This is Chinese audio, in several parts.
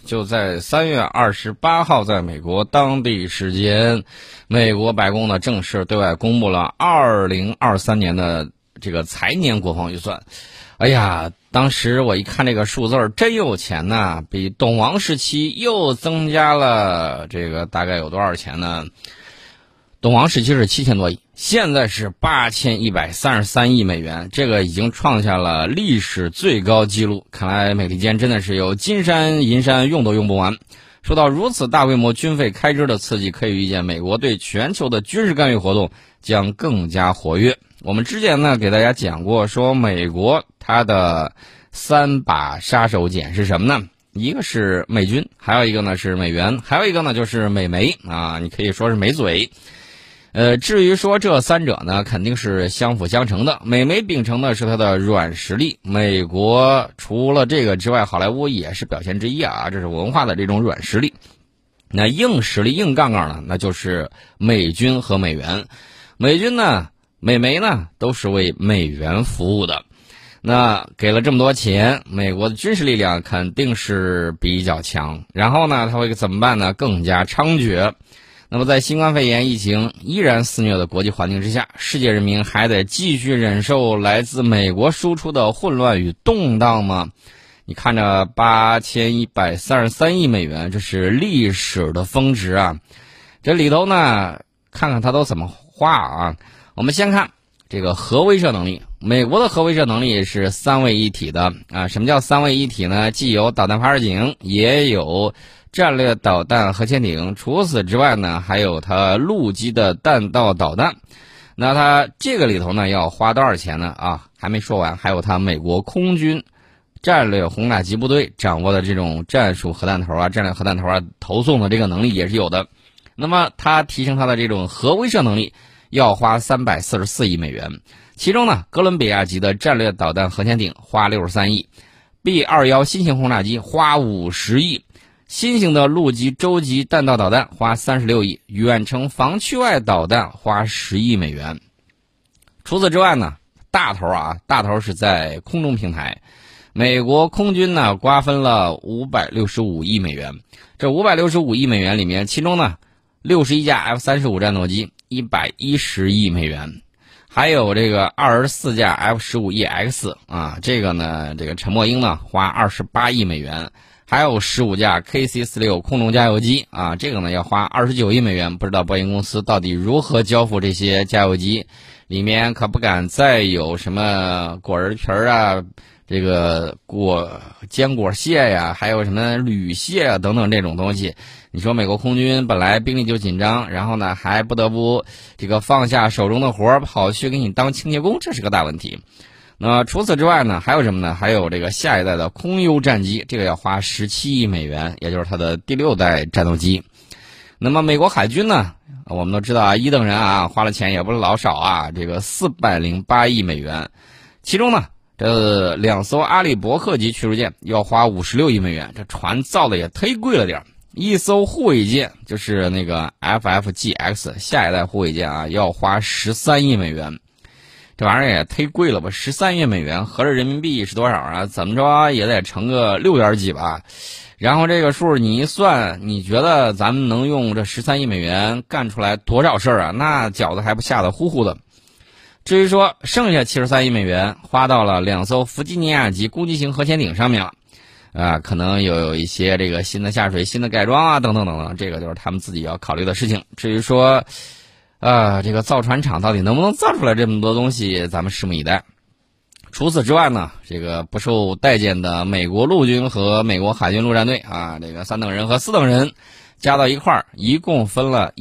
就在3月28号，在美国当地时间，美国白宫呢正式对外公布了2023年的这个财年国防预算。哎呀，当时我一看这个数字真有钱呐，比董王时期又增加了这个大概有多少钱呢？董王时期是7000多亿，现在是8133亿美元，这个已经创下了历史最高纪录。看来美利坚真的是有金山银山用都用不完。受到如此大规模军费开支的刺激，可以预见美国对全球的军事干预活动将更加活跃。我们之前呢给大家讲过，说美国它的3把杀手锏是什么呢？一个是美军，还有一个呢是美元，还有一个呢就是美媒啊，你可以说是美嘴。至于说这三者呢，肯定是相辅相成的。美媒秉承的是它的软实力，美国除了这个之外，好莱坞也是表现之一啊，这是文化的这种软实力。那硬实力、硬杠杠呢，那就是美军和美元。美军呢、美媒呢，都是为美元服务的。那给了这么多钱，美国的军事力量肯定是比较强。然后呢，它会怎么办呢？更加猖獗。那么在新冠肺炎疫情依然肆虐的国际环境之下，世界人民还得继续忍受来自美国输出的混乱与动荡吗？你看着8133亿美元，这是历史的峰值啊！这里头呢，看看它都怎么花啊。我们先看这个核威慑能力，美国的核威慑能力是3位一体的啊。什么叫3位一体呢？既有导弹发射井，也有战略导弹核潜艇，除此之外呢，还有它陆基的弹道导弹。那它这个里头呢，要花多少钱呢？啊，还没说完，还有它美国空军战略轰炸机部队掌握的这种战术核弹头啊、战略核弹头啊投送的这个能力也是有的。那么它提升它的这种核威慑能力，要花344亿美元。其中呢，哥伦比亚级的战略导弹核潜艇花63亿，B-21新型轰炸机花50亿。新型的陆基洲际弹道导弹花36亿，远程防区外导弹花10亿美元。除此之外呢，大头是在空中平台，美国空军呢瓜分了565亿美元。这565亿美元里面，其中呢61架 F-35战斗机110亿美元，还有这个24架 F-15EX 啊，这个呢这个陈默英呢花28亿美元。还有15架 KC-46空中加油机啊，这个呢要花29亿美元。不知道波音公司到底如何交付这些加油机，里面可不敢再有什么果仁皮啊，这个坚果蟹呀，还有什么铝蟹啊等等这种东西。你说美国空军本来兵力就紧张，然后呢还不得不这个放下手中的活跑去给你当清洁工，这是个大问题。那除此之外呢，还有什么呢？还有这个下一代的空优战机，这个要花17亿美元，也就是它的第6代战斗机。那么美国海军呢，我们都知道啊，一等人啊，花了钱也不是老少啊，这个408亿美元。其中呢，这2艘阿利伯克级驱逐舰要花56亿美元，这船造的也忒贵了点。一艘护卫舰就是那个 FFGX 下一代护卫舰啊，要花13亿美元。这玩意儿也忒贵了吧，13亿美元合着人民币是多少啊？怎么着也得乘个6点几吧。然后这个数你一算，你觉得咱们能用这13亿美元干出来多少事儿啊？那饺子还不下得呼呼的。至于说剩下73亿美元花到了2艘弗吉尼亚级攻击型核潜艇上面了，可能有一些这个新的下水、新的改装啊等等等等，这个就是他们自己要考虑的事情。至于说这个造船厂到底能不能造出来这么多东西，咱们拭目以待。除此之外呢，这个不受待见的美国陆军和美国海军陆战队啊，这个3等人和4等人加到一块儿，一共分了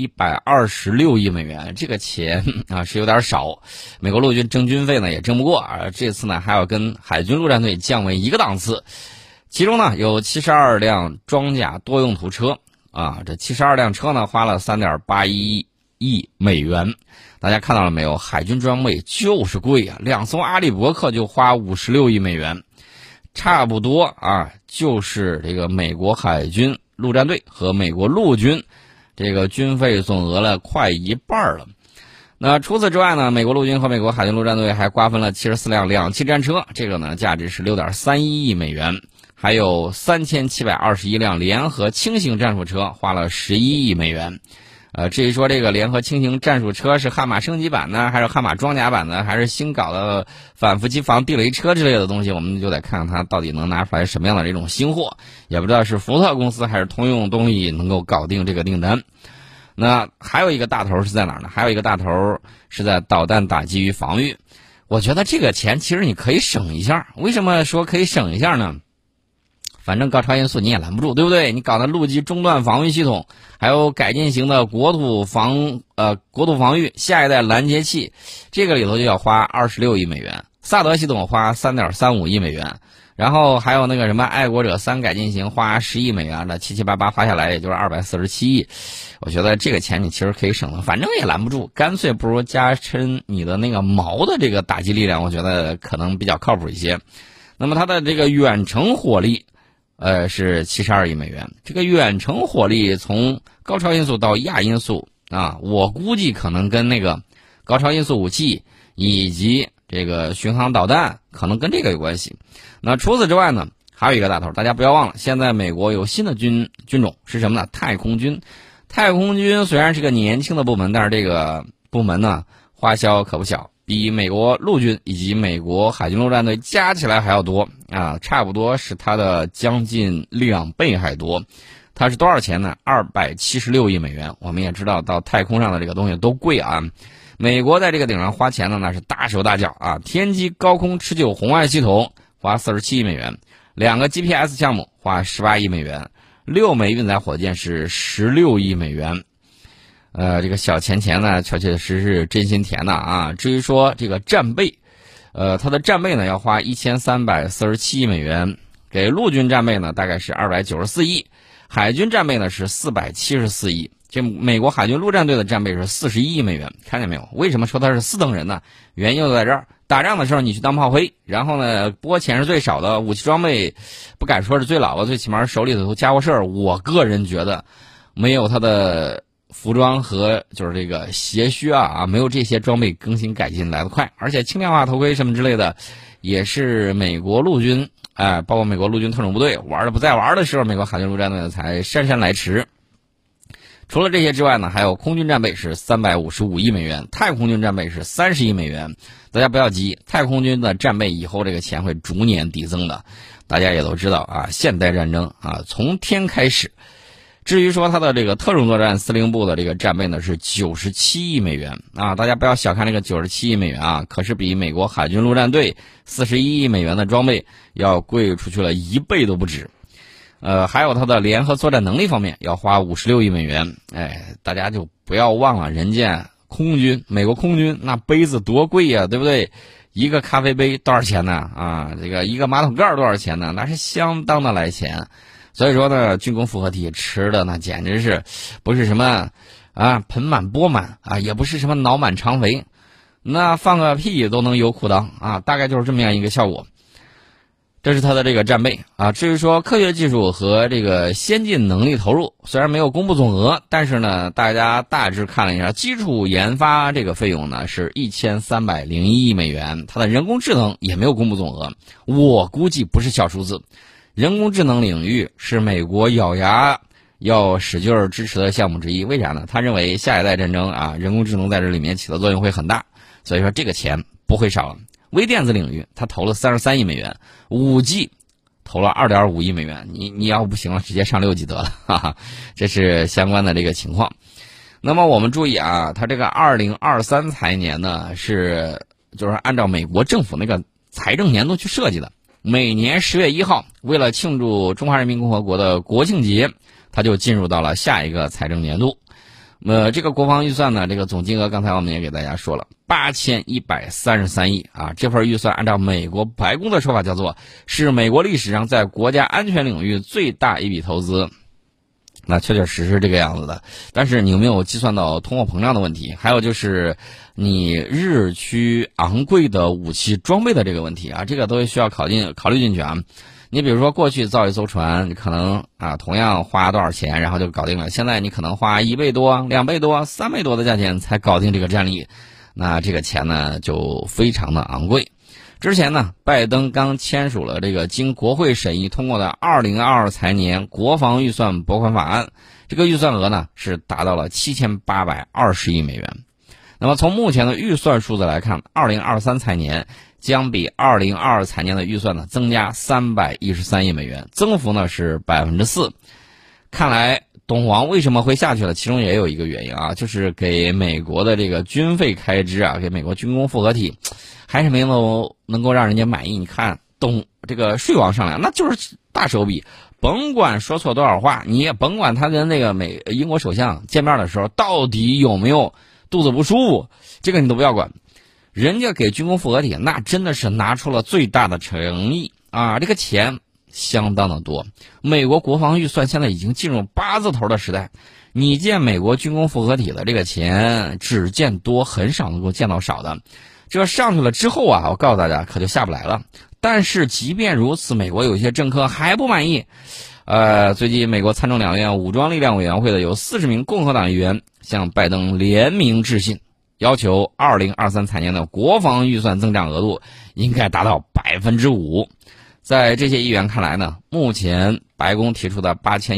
126亿美元。这个钱啊是有点少，美国陆军征军费呢也征不过啊。这次呢还要跟海军陆战队降为一个档次。其中呢有72辆装甲多用途车啊，这72辆车呢花了3.81亿美元。大家看到了没有？海军装备就是贵啊，2艘阿利伯克就花56亿美元，差不多啊，就是这个美国海军陆战队和美国陆军这个军费总额了快一半了。那除此之外呢，美国陆军和美国海军陆战队还瓜分了74辆2栖战车，这个呢价值是6.31亿美元。 还有3721辆联合轻型战术车，花了11亿美元。至于说这个联合轻型战术车是悍马升级版呢，还是悍马装甲版呢，还是新搞的反伏击防地雷车之类的东西，我们就得看看它到底能拿出来什么样的这种新货，也不知道是福特公司还是通用动力能够搞定这个订单。那还有一个大头是在哪儿呢？还有一个大头是在导弹打击与防御。我觉得这个钱其实你可以省一下。为什么说可以省一下呢？反正高超音速你也拦不住，对不对？你搞的陆基中段防御系统，还有改进型的国土防御下一代拦截器，这个里头就要花26亿美元。萨德系统花3.35亿美元，然后还有那个什么爱国者3改进型花10亿美元的，778花下来也就是247亿。我觉得这个钱你其实可以省了，反正也拦不住，干脆不如加深你的那个矛的这个打击力量，我觉得可能比较靠谱一些。那么它的这个远程火力是72亿美元。这个远程火力从高超音速到亚音速啊，我估计可能跟那个高超音速武器以及这个巡航导弹可能跟这个有关系。那除此之外呢，还有一个大头，大家不要忘了，现在美国有新的军种是什么呢？太空军。太空军虽然是个年轻的部门，但是这个部门呢花销可不小，比美国陆军以及美国海军陆战队加起来还要多啊，差不多是它的将近2倍还多。它是多少钱呢？276亿美元。我们也知道到太空上的这个东西都贵啊，美国在这个顶上花钱的那是大手大脚啊。天基高空持久红外系统花47亿美元，2个 GPS 项目花18亿美元，6枚运载火箭是16亿美元。这个小钱呢，确确实实是真心甜的啊。至于说这个战备，它的战备呢要花1347亿美元，给陆军战备呢大概是294亿，海军战备呢是474亿。这美国海军陆战队的战备是41亿美元，看见没有？为什么说它是4等人呢？原因就在这儿。打仗的时候你去当炮灰，然后呢拨钱是最少的，武器装备不敢说是最老的，最起码手里头家伙事儿，我个人觉得没有它的服装和就是这个鞋靴啊，没有这些装备更新改进来得快。而且轻量化头盔什么之类的也是美国陆军包括美国陆军特种部队玩的不在玩的时候，美国海军陆战队才姗姗来迟。除了这些之外呢，还有空军战备是355亿美元，太空军战备是30亿美元。大家不要急，太空军的战备以后这个钱会逐年递增的。大家也都知道啊，现代战争啊从天开始。至于说它的这个特种作战司令部的这个战备呢是97亿美元啊，大家不要小看这个97亿美元啊，可是比美国海军陆战队41亿美元的装备要贵出去了1倍都不止。还有它的联合作战能力方面要花56亿美元。大家就不要忘了人家空军，美国空军那杯子多贵呀，对不对？一个咖啡杯多少钱呢？啊，这个一个马桶盖多少钱呢？那是相当的来钱。所以说呢，军工复合体吃的那简直是不是什么啊盆满钵满啊，也不是什么脑满肠肥，那放个屁都能油裤裆啊，大概就是这么样一个效果。这是它的这个战备啊。至于说科学技术和这个先进能力投入，虽然没有公布总额，但是呢，大家大致看了一下，基础研发这个费用呢是1301亿美元，它的人工智能也没有公布总额，我估计不是小数字。人工智能领域是美国咬牙要使劲支持的项目之一，为啥呢？他认为下一代战争啊，人工智能在这里面起的作用会很大，所以说这个钱不会少了。微电子领域他投了33亿美元，5G 投了2.5亿美元，你要不行了直接上6级得了，哈哈，这是相关的这个情况。那么我们注意啊，它这个2023财年呢就是按照美国政府那个财政年度去设计的，每年10月1号为了庆祝中华人民共和国的国庆节，它就进入到了下一个财政年度。这个国防预算呢，这个总金额刚才我们也给大家说了，8133亿啊。这份预算按照美国白宫的说法叫做是美国历史上在国家安全领域最大一笔投资。那确确实实这个样子的，但是你有没有计算到通货膨胀的问题？还有就是你日趋昂贵的武器装备的这个问题啊，这个都需要考虑进去啊。你比如说过去造一艘船，你可能同样花多少钱，然后就搞定了。现在你可能花1倍多、2倍多、3倍多的价钱才搞定这个战力，那这个钱呢就非常的昂贵。 之前呢，拜登刚签署了这个经国会审议通过的2022财年国防预算拨款法案，这个预算额呢是达到了7820亿美元。那么从目前的预算数字来看，2023财年将比2022财年的预算呢增加313亿美元，增幅呢是4%。看来东皇为什么会下去了？其中也有一个原因啊，就是给美国的这个军费开支啊，给美国军工复合体，还是没能够让人家满意。你看这个税王上来，那就是大手笔，甭管说错多少话，你也甭管他跟那个英国首相见面的时候到底有没有肚子不舒服，这个你都不要管。人家给军工复合体那真的是拿出了最大的诚意啊，这个钱相当的多。美国国防预算现在已经进入8字头的时代，你见美国军工复合体的这个钱只见多，很少能够见到少的。这上去了之后啊，我告诉大家可就下不来了。但是即便如此，美国有些政客还不满意。最近美国参众两院武装力量委员会的有40名共和党议员向拜登联名致信，要求2023财年的国防预算增长额度应该达到5%。在这些议员看来呢，目前白宫提出的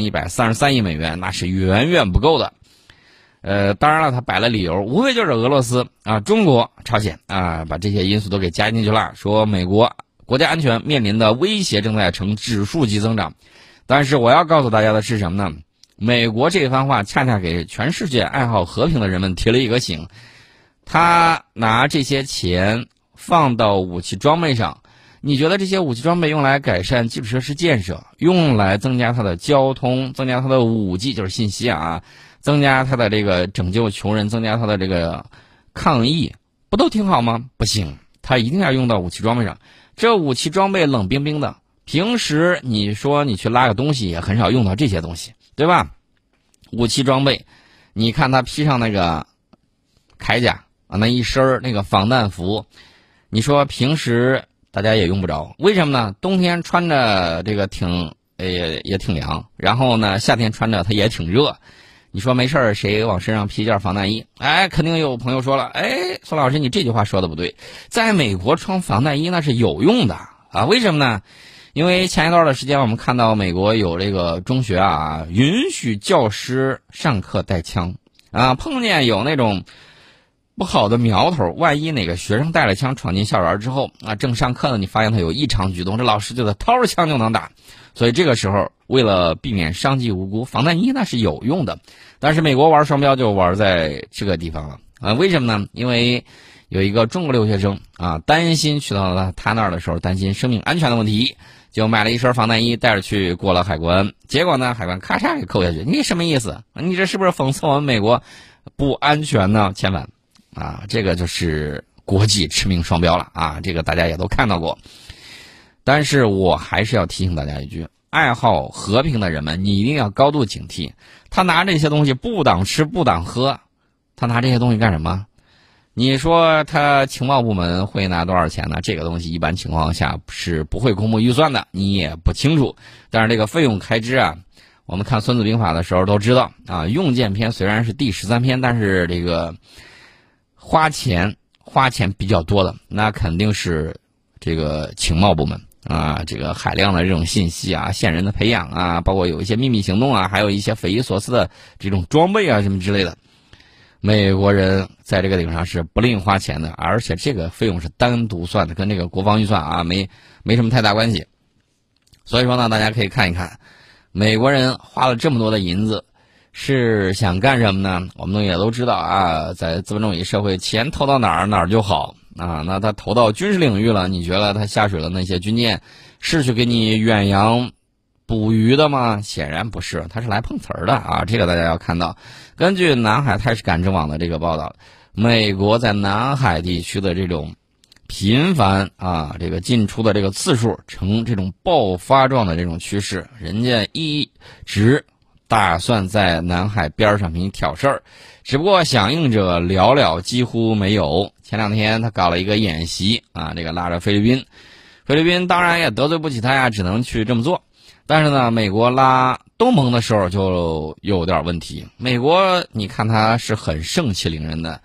8133亿美元那是远远不够的。当然了，他摆了理由，无非就是俄罗斯啊、中国、朝鲜啊，把这些因素都给加进去了，说美国国家安全面临的威胁正在呈指数级增长。但是我要告诉大家的是什么呢？美国这番话恰恰给全世界爱好和平的人们提了一个醒。他拿这些钱放到武器装备上，你觉得这些武器装备用来改善基础设施建设，用来增加它的交通，增加它的5G 就是信息啊，增加它的这个拯救穷人，增加它的这个抗疫，不都挺好吗？不行，它一定要用到武器装备上。这武器装备冷冰冰的，平时你说你去拉个东西也很少用到这些东西，对吧？武器装备，你看他披上那个铠甲啊，那一身那个防弹服，你说平时大家也用不着，为什么呢？冬天穿着这个也挺凉，然后呢夏天穿着它也挺热。你说没事儿，谁往身上披件防弹衣？肯定有朋友说了，孙老师你这句话说的不对，在美国穿防弹衣那是有用的啊，为什么呢？因为前一段的时间我们看到美国有这个中学啊，允许教师上课带枪啊，碰见有那种不好的苗头，万一哪个学生带了枪闯进校园之后啊，正上课呢，你发现他有异常举动，这老师就得掏着枪就能打。所以这个时候为了避免伤及无辜，防弹衣那是有用的。但是美国玩双标就玩在这个地方了啊，为什么呢？因为有一个中国留学生啊，担心去到了他那儿的时候担心生命安全的问题，就买了一身防弹衣带着去过了海关，结果呢海关咔嚓给扣下去。你什么意思？你这是不是讽刺我们美国不安全呢？遣返啊，这个就是国际驰名双标了啊，这个大家也都看到过。但是我还是要提醒大家一句，爱好和平的人们，你一定要高度警惕。他拿这些东西不挡吃不挡喝，他拿这些东西干什么？你说他情报部门会拿多少钱呢？这个东西一般情况下是不会公布预算的，你也不清楚。但是这个费用开支啊，我们看《孙子兵法》的时候都知道啊，用剑篇虽然是第13篇，但是这个花钱比较多的，那肯定是这个情报部门啊，这个海量的这种信息啊，线人的培养啊，包括有一些秘密行动啊，还有一些匪夷所思的这种装备啊什么之类的。美国人在这个顶上是不吝花钱的，而且这个费用是单独算的，跟这个国防预算啊没什么太大关系。所以说呢，大家可以看一看，美国人花了这么多的银子是想干什么呢？我们也都知道啊，在资本主义社会，钱投到哪儿就好啊。那他投到军事领域了，你觉得他下水的那些军舰是去给你远洋捕鱼的吗？显然不是，他是来碰瓷儿的啊！这个大家要看到。根据南海太史感知网的这个报道，美国在南海地区的这种频繁啊，这个进出的这个次数呈这种爆发状的这种趋势，人家一直打算在南海边上给你挑事儿，只不过响应者寥寥，几乎没有。前2天他搞了一个演习啊，这个拉着菲律宾当然也得罪不起他呀，只能去这么做。但是呢，美国拉东盟的时候就有点问题。美国你看他是很盛气凌人的，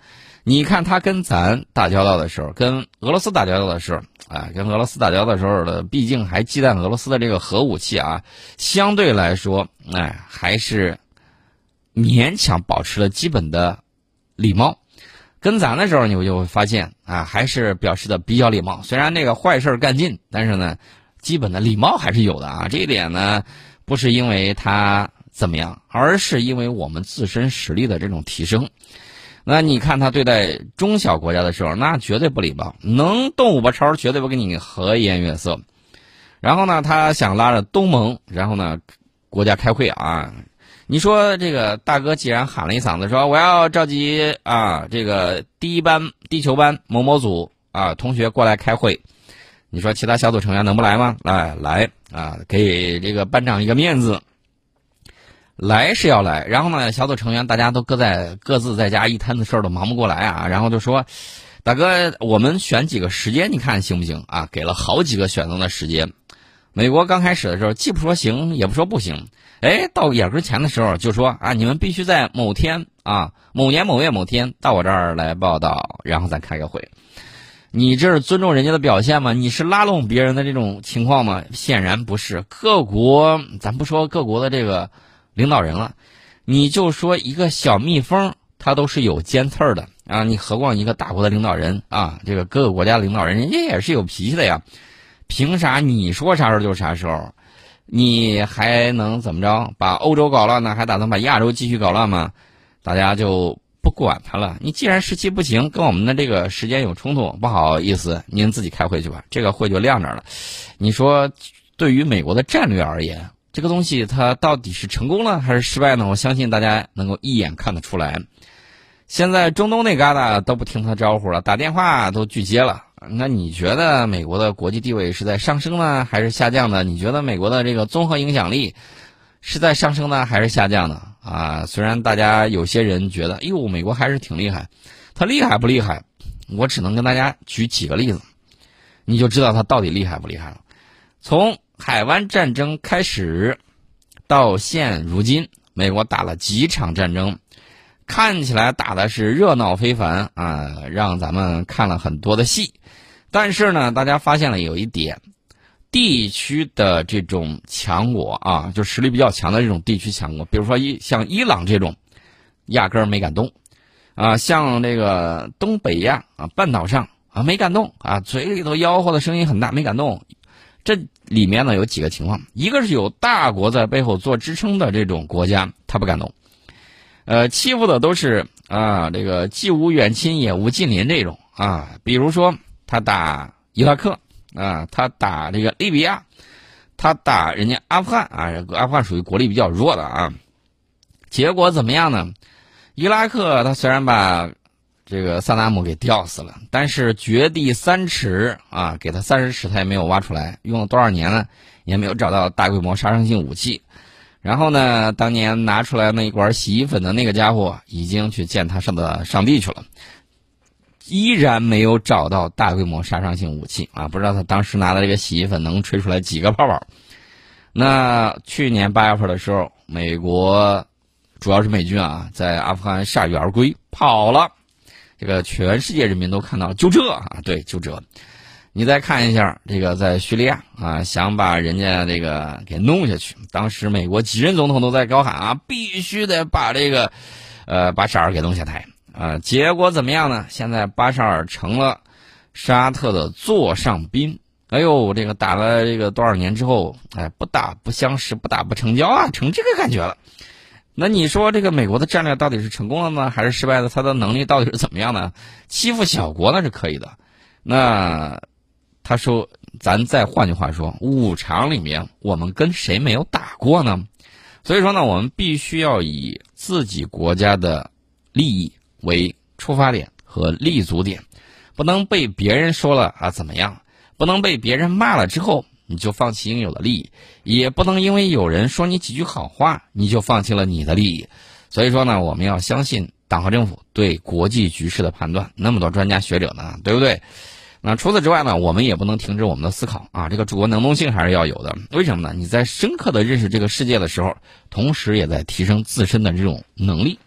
你看他跟咱打交道的时候，跟俄罗斯打交道的时候，跟俄罗斯打交道的时候的，毕竟还忌惮俄罗斯的这个核武器啊，相对来说，还是勉强保持了基本的礼貌。跟咱的时候，你就会发现还是表示的比较礼貌。虽然那个坏事干尽，但是呢，基本的礼貌还是有的啊。这一点呢，不是因为他怎么样，而是因为我们自身实力的这种提升。那你看他对待中小国家的时候，那绝对不礼貌，能动五八超绝对不跟你和颜悦色。然后呢，他想拉着东盟，然后呢，国家开会啊。你说这个大哥既然喊了一嗓子说我要召集这个第一班地球班某某组同学过来开会，你说其他小组成员能不来吗？来给这个班长一个面子。来是要来，然后呢，小组成员大家都各自在家一摊子事儿都忙不过来然后就说，大哥，我们选几个时间，你看行不行给了好几个选择的时间。美国刚开始的时候，既不说行，也不说不行，到眼根前的时候就说你们必须在某天某年某月某天到我这儿来报道，然后咱开个会。你这是尊重人家的表现吗？你是拉拢别人的这种情况吗？显然不是。各国，咱不说各国的这个领导人了，你就说一个小蜜蜂，它都是有尖刺儿的你何况一个大国的领导人这个各个国家的领导人，人家也是有脾气的呀。凭啥你说啥时候就啥时候？你还能怎么着？把欧洲搞乱呢？还打算把亚洲继续搞乱吗？大家就不管他了。你既然时期不行，跟我们的这个时间有冲突，不好意思，您自己开会去吧。这个会就晾着了。你说，对于美国的战略而言，这个东西它到底是成功了还是失败呢？我相信大家能够一眼看得出来。现在中东那旮瘩都不听他招呼了，打电话都拒接了。那你觉得美国的国际地位是在上升呢，还是下降呢？你觉得美国的这个综合影响力是在上升呢，还是下降呢？虽然大家有些人觉得，美国还是挺厉害，他厉害不厉害？我只能跟大家举几个例子，你就知道他到底厉害不厉害了。从海湾战争开始到现如今，美国打了几场战争，看起来打的是热闹非凡让咱们看了很多的戏。但是呢，大家发现了有一点，地区的这种强国就实力比较强的这种地区强国，比如说像伊朗这种，压根儿没敢动像这个东北亚半岛上没敢动嘴里头吆喝的声音很大，没敢动。这里面呢有几个情况，一个是有大国在背后做支撑的这种国家，他不敢动。欺负的都是这个既无远亲也无近邻这种比如说他打伊拉克他打这个利比亚，他打人家阿富汗阿富汗属于国力比较弱的结果怎么样呢？伊拉克他虽然把这个萨达姆给吊死了，但是掘地3尺给他30尺他也没有挖出来，用了多少年呢？也没有找到大规模杀伤性武器。然后呢，当年拿出来那一管洗衣粉的那个家伙已经去见他上帝去了，依然没有找到大规模杀伤性武器不知道他当时拿的这个洗衣粉能吹出来几个泡泡。那去年8月份的时候，美国主要是美军在阿富汗铩羽而归跑了，这个全世界人民都看到了，就这对，就这。你再看一下这个在叙利亚想把人家这个给弄下去，当时美国几任总统都在高喊必须得把这个巴沙尔给弄下台结果怎么样呢？现在巴沙尔成了沙特的座上宾。这个打了这个多少年之后不打不相识，不打不成交成这个感觉了。那你说这个美国的战略到底是成功了呢，还是失败的？他的能力到底是怎么样呢？欺负小国那是可以的。那他说，咱再换句话说，5场里面我们跟谁没有打过呢？所以说呢，我们必须要以自己国家的利益为出发点和立足点，不能被别人说了怎么样，不能被别人骂了之后你就放弃应有的利益，也不能因为有人说你几句好话你就放弃了你的利益。所以说呢，我们要相信党和政府对国际局势的判断，那么多专家学者呢，对不对？那除此之外呢，我们也不能停止我们的思考这个主观能动性还是要有的。为什么呢？你在深刻的认识这个世界的时候，同时也在提升自身的这种能力。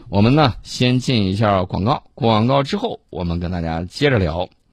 我们呢先进一下广告，广告之后我们跟大家接着聊。